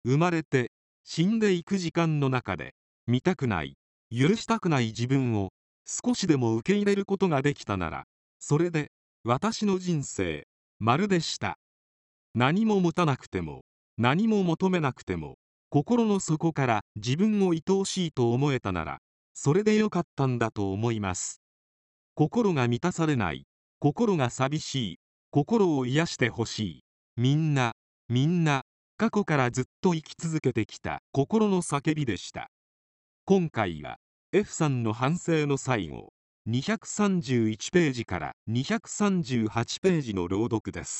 生まれて死んでいく時間の中で、見たくない、許したくない自分を少しでも受け入れることができたなら、それで私の人生丸でした。何も持たなくても、何も求めなくても、心の底から自分を愛おしいと思えたなら、それでよかったんだと思います。心が満たされない、心が寂しい、心を癒してほしい、みんな過去からずっと生き続けてきた心の叫びでした。今回は F さんの反省の最後、231ページから238ページの朗読です。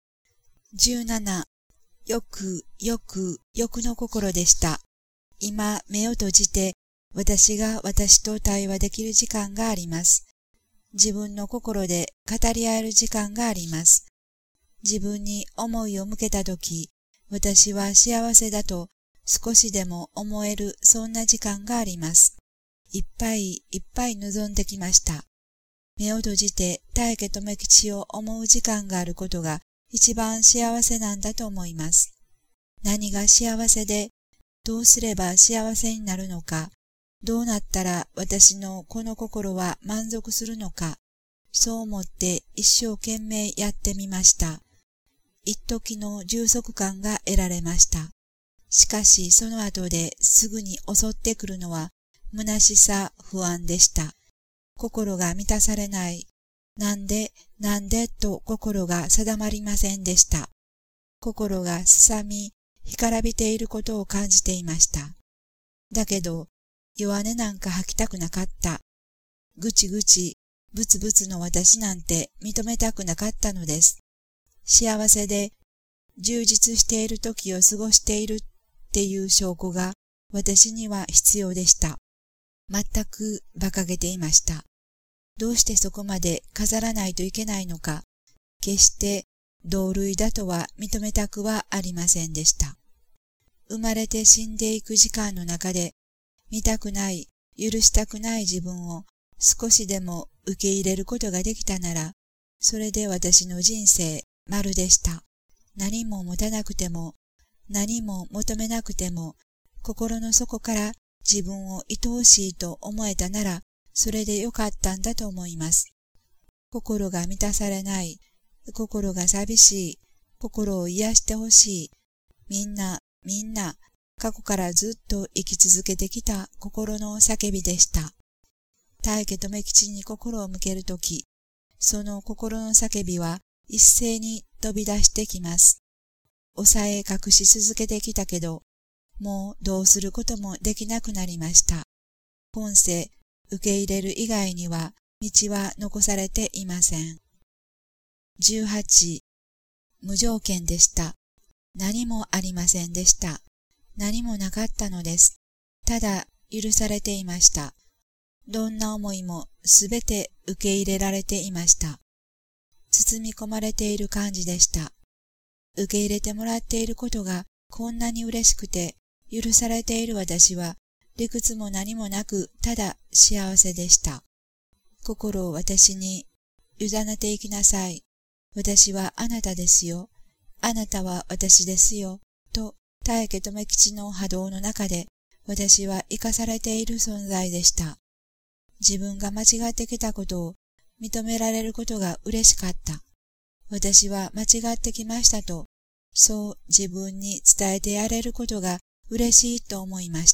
17、欲の心でした。今、目を閉じて、私が私と対話できる時間があります。自分の心で語り合える時間があります。自分に思いを向けたとき、私は幸せだと少しでも思える、そんな時間があります。いっぱい望んできました。目を閉じて大家留吉を思う時間があることが一番幸せなんだと思います。何が幸せで、どうすれば幸せになるのか、どうなったら私のこの心は満足するのか、そう思って一生懸命やってみました。一時の充足感が得られました。しかしその後ですぐに襲ってくるのは虚しさ、不安でした。心が満たされない。なんでと心が定まりませんでした。心がすさみ、干からびていることを感じていました。だけど、弱音なんか吐きたくなかった。ぐちぐち、ぶつぶつの私なんて認めたくなかったのです。幸せで、充実している時を過ごしているっていう証拠が私には必要でした。全く馬鹿げていました。どうしてそこまで飾らないといけないのか、決して同類だとは認めたくはありませんでした。生まれて死んでいく時間の中で、見たくない、許したくない自分を少しでも受け入れることができたなら、それで私の人生丸でした。何も持たなくても、何も求めなくても、心の底から自分を愛おしいと思えたなら、それでよかったんだと思います。心が満たされない、心が寂しい、心を癒してほしい、みんな、過去からずっと生き続けてきた心の叫びでした。大家留吉に心を向けるとき、その心の叫びは一斉に飛び出してきます。抑え隠し続けてきたけど、もうどうすることもできなくなりました。今世、受け入れる以外には道は残されていません。18、無条件でした。何もありませんでした。何もなかったのです。ただ許されていました。どんな思いもすべて受け入れられていました。包み込まれている感じでした。受け入れてもらっていることがこんなに嬉しくて、許されている私は理屈も何もなくただ幸せでした。心を私に委ねていきなさい。私はあなたですよ。あなたは私ですよ。と大家留吉の波動の中で私は生かされている存在でした。自分が間違ってきたことを認められることが嬉しかった。私は間違ってきましたと、そう自分に伝えてやれることが嬉しいと思いました。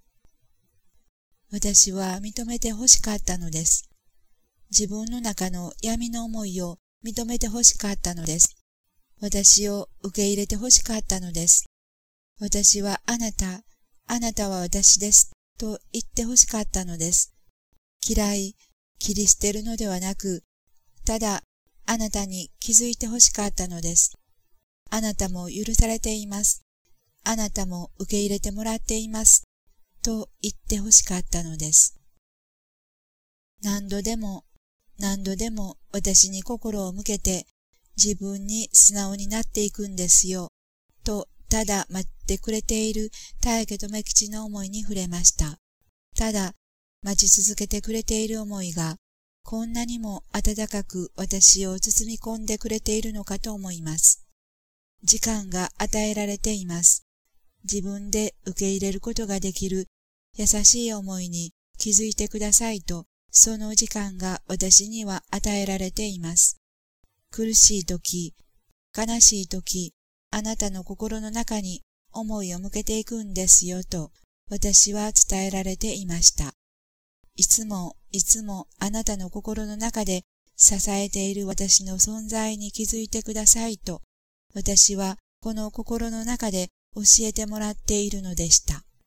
私は認めて欲しかったのです。自分の中の闇の思いを認めて欲しかったのです。私を受け入れて欲しかったのです。私はあなたは私です、と言って欲しかったのです。嫌い、切り捨てるのではなく、ただあなたに気づいて欲しかったのです。あなたも許されています。あなたも受け入れてもらっています。と言って欲しかったのです。何度でも私に心を向けて自分に素直になっていくんですよ。とただ待ってくれている大家留吉の思いに触れました。ただ待ち続けてくれている思いがこんなにも温かく私を包み込んでくれているのかと思います。時間が与えられています。 自分で受け入れることができる優しい思いに気づいてくださいと、その時間が私には与えられています。苦しいとき、悲しいとき、あなたの心の中に思いを向けていくんですよと、私は伝えられていました。いつもあなたの心の中で支えている私の存在に気づいてくださいと、私はこの心の中で教えてもらっているのでした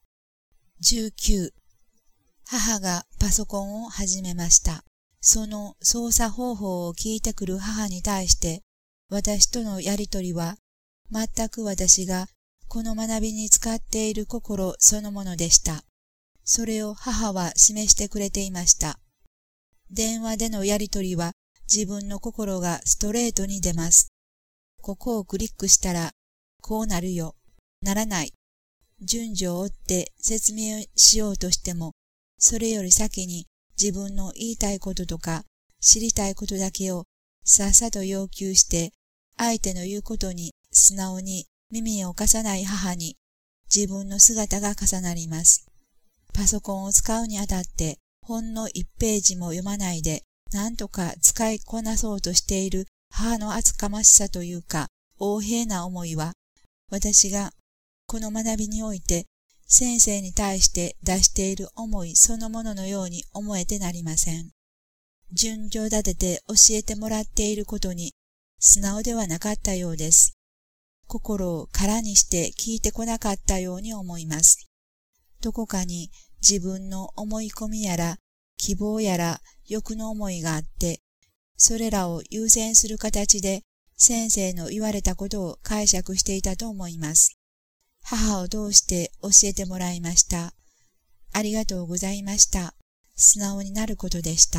。19、母がパソコンを始めました。その操作方法を聞いてくる母に対して、私とのやりとりは、全く私がこの学びに使っている心そのものでした。それを母は示してくれていました。電話でのやりとりは、自分の心がストレートに出ます。ここをクリックしたら、こうなるよ、ならない。順序を追って説明しようとしても、それより先に自分の言いたいこととか知りたいことだけをさっさと要求して、相手の言うことに素直に耳を貸さない母に自分の姿が重なります。パソコンを使うにあたってほんの1ページも読まないで何とか使いこなそうとしている母の厚かましさというか横柄な思いは、私がこの学びにおいて先生に対して出している思いそのもののように思えてなりません。順序立てて教えてもらっていることに素直ではなかったようです。心を空にして聞いてこなかったように思います。どこかに自分の思い込みやら希望やら欲の思いがあって、それらを優先する形で先生の言われたことを解釈していたと思います。母を通して教えてもらいました。ありがとうございました。素直になることでした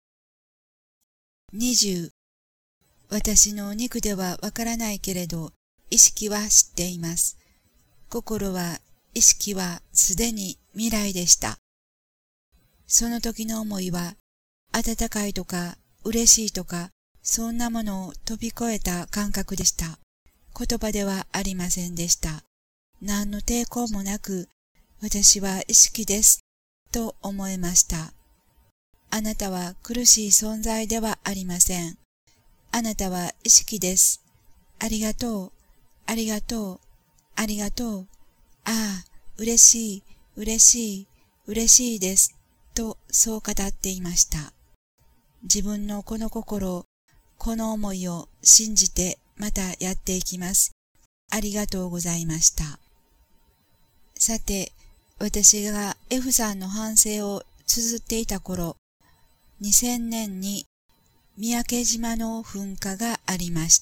。20、私の肉ではわからないけれど、意識は知っています。心は、意識はすでに未来でした。その時の思いは、温かいとか嬉しいとか、そんなものを飛び越えた感覚でした。言葉ではありませんでした。何の抵抗もなく、私は意識です、と思えました。あなたは苦しい存在ではありません。あなたは意識です。ありがとう、ありがとう、ありがとう。ああ、嬉しい、嬉しい、嬉しいです、とそう語っていました。自分のこの心、この思いを信じてまたやっていきます。ありがとうございました。さて、私が F さんの反省を綴っていた頃、2000年に三宅島の噴火がありました。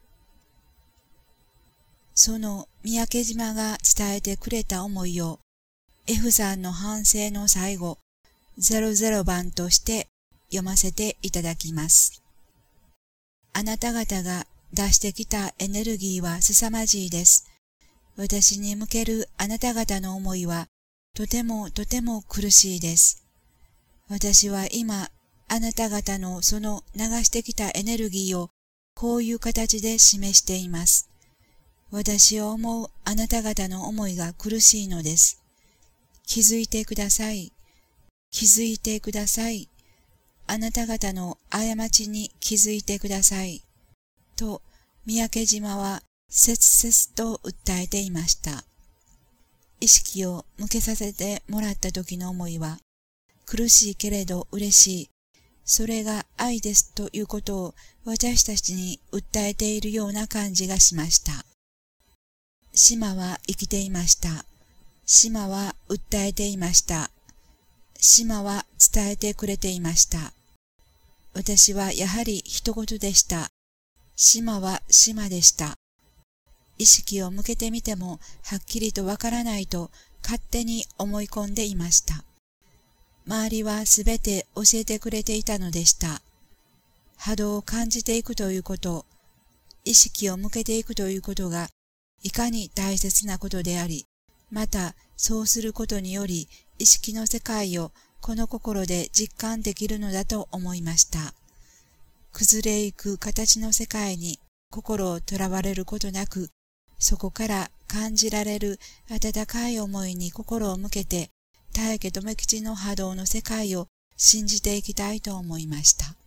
その三宅島が伝えてくれた思いを F さんの反省の最後、00番として読ませていただきます。あなた方が出してきたエネルギーは凄まじいです。私に向けるあなた方の思いはとてもとても苦しいです。私は今、あなた方のその流してきたエネルギーをこういう形で示しています。私を思うあなた方の思いが苦しいのです。気づいてください。気づいてください。あなた方の過ちに気づいてください。と、三宅島は切々と訴えていました。意識を向けさせてもらった時の思いは、苦しいけれど嬉しい。それが愛ですということを私たちに訴えているような感じがしました。島は生きていました。島は訴えていました。島は伝えてくれていました。私はやはり一言でした。島は島でした。意識を向けてみてもはっきりとわからないと勝手に思い込んでいました。周りはすべて教えてくれていたのでした。波動を感じていくということ、意識を向けていくということがいかに大切なことであり、またそうすることにより意識の世界をこの心で実感できるのだと思いました。崩れゆく形の世界に心をとらわれることなく、そこから感じられる温かい思いに心を向けて、大家留吉の波動の世界を信じていきたいと思いました。